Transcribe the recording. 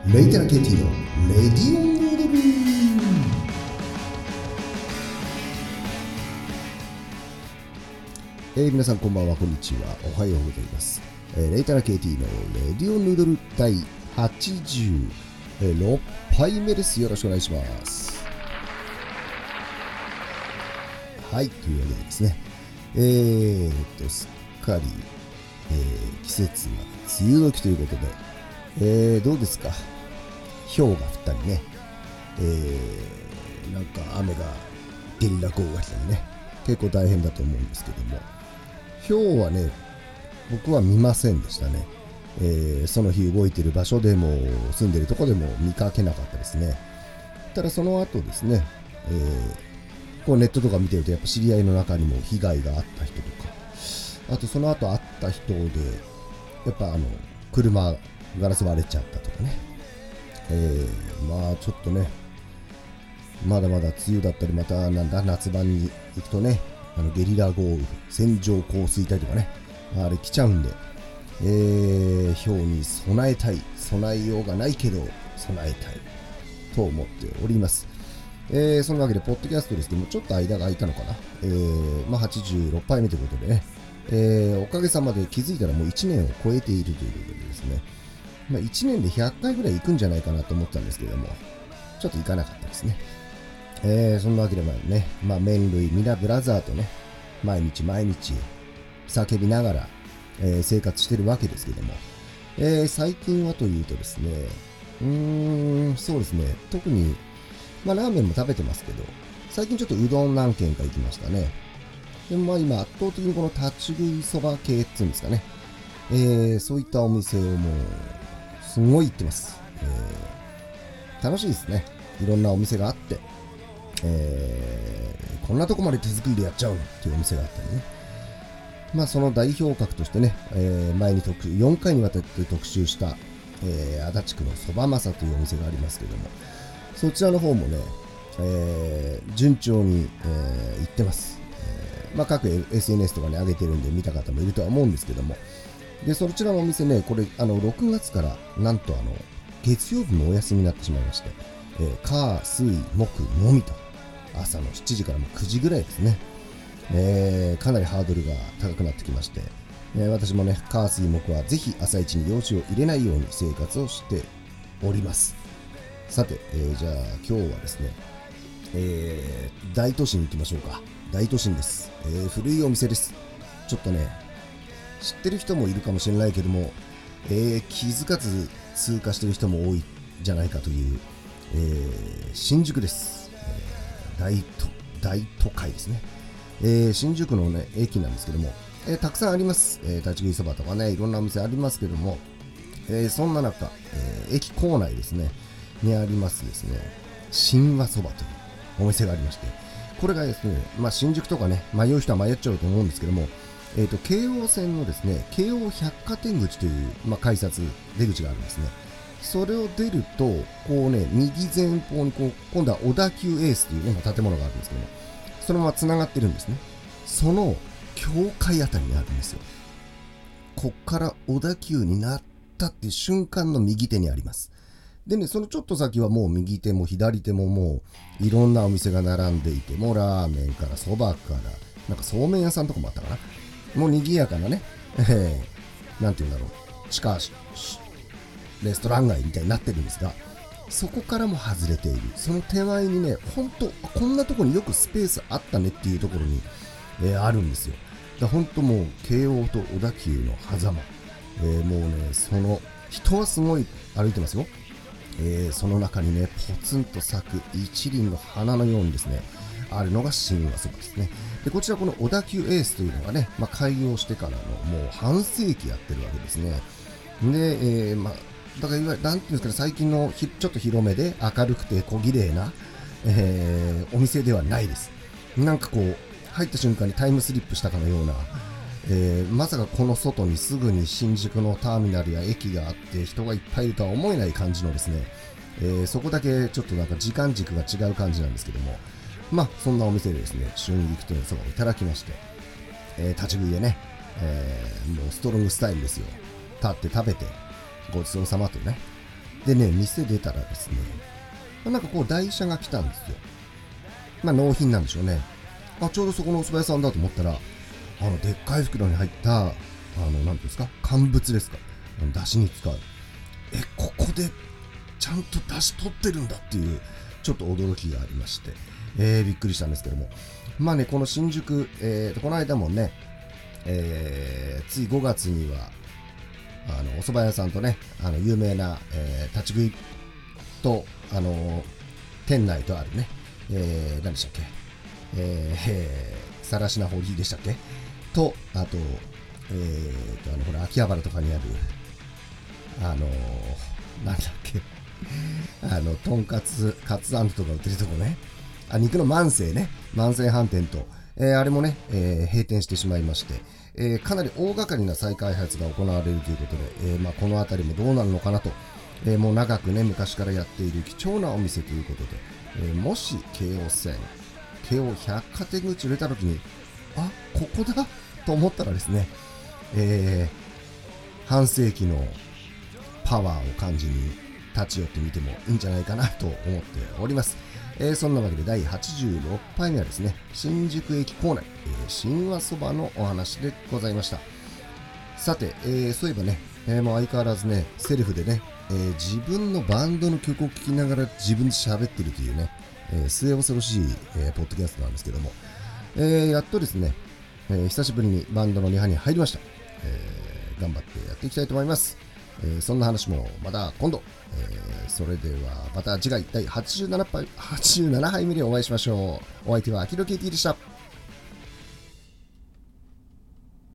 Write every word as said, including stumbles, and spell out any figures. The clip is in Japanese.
レイタラ ケーティー のレディオンヌードル。えー、皆さんこんばんは、こんにちは、おはようございます。えー、レイタラ ケーティー のレディオンヌードル第はちじゅうろっぱいめです。よろしくお願いします。はい、というわけでですね、えーと、すっかり、えー、季節は梅雨時ということで、えー、どうですか。氷が降ったりね、えー、なんか雨がゲリラ豪雨が来たりね、結構大変だと思うんですけども、氷はね、僕は見ませんでしたね。えー、その日動いている場所でも住んでいるところでも見かけなかったですね。ただその後ですね、えー、こうネットとか見てるとやっぱ知り合いの中にも被害があった人とか、あとその後会った人でやっぱあの車ガラス割れちゃったとかね、えー、まあちょっとね、まだまだ梅雨だったり、またなんだ夏場に行くとね、あのゲリラ豪雨、線状降水帯とかね、あれ来ちゃうんで、えー、氷に備えたい、備えようがないけど備えたいと思っております。えー、そのわけでポッドキャストですけども、ちょっと間が空いたのかな、えー、まあはちじゅうろっぱいめということでね、えー、おかげさまで気づいたらもういちねんを超えているということでですね、まあ、いちねんでひゃっかいぐらい行くんじゃないかなと思ったんですけども、ちょっと行かなかったですね。えー、そんなわけでまあね、まあ、麺類皆ブラザーとね、毎日毎日叫びながら、えー、生活してるわけですけども、えー、最近はというとですね、うーん、そうですね、特に、まあ、ラーメンも食べてますけど、最近ちょっとうどん何軒か行きましたね。でもまあ今圧倒的にこの立ち食いそば系っていうんですかね、えー、そういったお店をもうすごい行ってます。えー、楽しいですね。いろんなお店があって、えー、こんなとこまで手作りでやっちゃうのっていうお店があったりね。まあその代表格としてね、えー、前に特よんかいにわたって特集した、えー、足立区のそばまさというお店がありますけども、そちらの方もね、えー、順調に、えー、行ってます。えー、まあ各 エスエヌエス とかに上げてるんで見た方もいるとは思うんですけども、でそちらのお店ね、これあのろくがつからなんとあの月曜日もお休みになってしまいまして、えー、火水木のみと、朝のしちじからもくじぐらいですね、えー、かなりハードルが高くなってきまして、えー、私もね火水木はぜひ朝一に用事を入れないように生活をしております。さて、えー、じゃあ今日はですね、えー、大都市に行きましょうか。大都心です、えー、古いお店です。ちょっとね知ってる人もいるかもしれないけども、えー、気づかず通過してる人も多いんじゃないかという、えー、新宿です、えー、大都大都会ですね、えー、新宿の、ね、駅なんですけども、えー、たくさんあります、えー、立ち食いそばとかね、いろんなお店ありますけども、えー、そんな中、えー、駅構内ですねにありますですね、新和そばというお店がありまして、これがですね、まあ、新宿とかね迷う人は迷っちゃうと思うんですけども、えーと、京王線のですね、京王百貨店口という、まあ、改札出口があるんですね。それを出ると、こうね、右前方にこう、今度は小田急エースというね、建物があるんですけども、そのまま繋がってるんですね。その境界あたりにあるんですよ。こっから小田急になったっていう瞬間の右手にあります。でね、そのちょっと先はもう右手も左手ももういろんなお店が並んでいて、もうラーメンからそばから、なんかそうめん屋さんとかもあったかな。もう賑やかなね、えー、なんていうんだろう、地下レストラン街みたいになってるんですが、そこからも外れている。その手前にね、ほんとこんなところによくスペースあったねっていうところに、えー、あるんですよ。だほんともう京王と小田急の狭間、えー、もうね、その人はすごい歩いてますよ。えー、その中にね、ポツンと咲く一輪の花のようにですね、あるのが新和そばですね。でこちらこの小田急エースというのがね、まあ、開業してからのもう半世紀やってるわけですね。で、えー、まあだからいわゆるなんていうんですかね、最近のひちょっと広めで明るくて小綺麗な、えー、お店ではないです。なんかこう入った瞬間にタイムスリップしたかのような、えー、まさかこの外にすぐに新宿のターミナルや駅があって人がいっぱいいるとは思えない感じのですね、えー、そこだけちょっとなんか時間軸が違う感じなんですけども、まあそんなお店でですね、春菊というそばをいただきまして、えー、立ち食いでね、えー、もうストロングスタイルですよ。立って食べてごちそうさまとね、 でね、店出たらですね、なんかこう台車が来たんですよ。まあ納品なんでしょうね。あ、ちょうどそこのお蕎麦屋さんだと思ったら、あのでっかい袋に入ったあのなんていうんですか、乾物ですか、出汁に使う。え、ここでちゃんと出汁取ってるんだっていうちょっと驚きがありまして、えー、びっくりしたんですけども、まあね、この新宿、えーとこの間もね、えー、ついごがつにはあのお蕎麦屋さんとね、あの有名な、えー、立ち食いとあの店内とあるね、えー、何でしたっけ、えー、えー、さらしな堀でしたっけと、あと、えーと、あの、ほら、秋葉原とかにある、あのー、なんだっけ、あの、とんかつ、カツアンドとか売ってるとこね、あ、肉の万世ね、万世飯店と、えー、あれもね、えー、閉店してしまいまして、えー、かなり大掛かりな再開発が行われるということで、えーまあ、この辺りもどうなるのかなと、えー、もう長くね、昔からやっている貴重なお店ということで、えー、もし京王線、京王百貨店口売れた時に、あ、ここだと思ったらですね、えー、半世紀のパワーを感じに立ち寄ってみてもいいんじゃないかなと思っております。えー、そんなわけでだいはちじゅうろっぱいめはですね、新宿駅構内、えー、新和そばのお話でございました。さて、えー、そういえばね、えー、もう相変わらずね、セルフでね、えー、自分のバンドの曲を聴きながら自分で喋ってるというね、えー、末恐ろしい、えー、ポッドキャストなんですけども、えー、やっとですね、えー、久しぶりにバンドのリハに入りました。えー、頑張ってやっていきたいと思います。えー、そんな話もまた今度、えー、それではまた次回だいはちじゅうななぱい、はちじゅうななはいめでお会いしましょう。お相手はアキロケイティでした。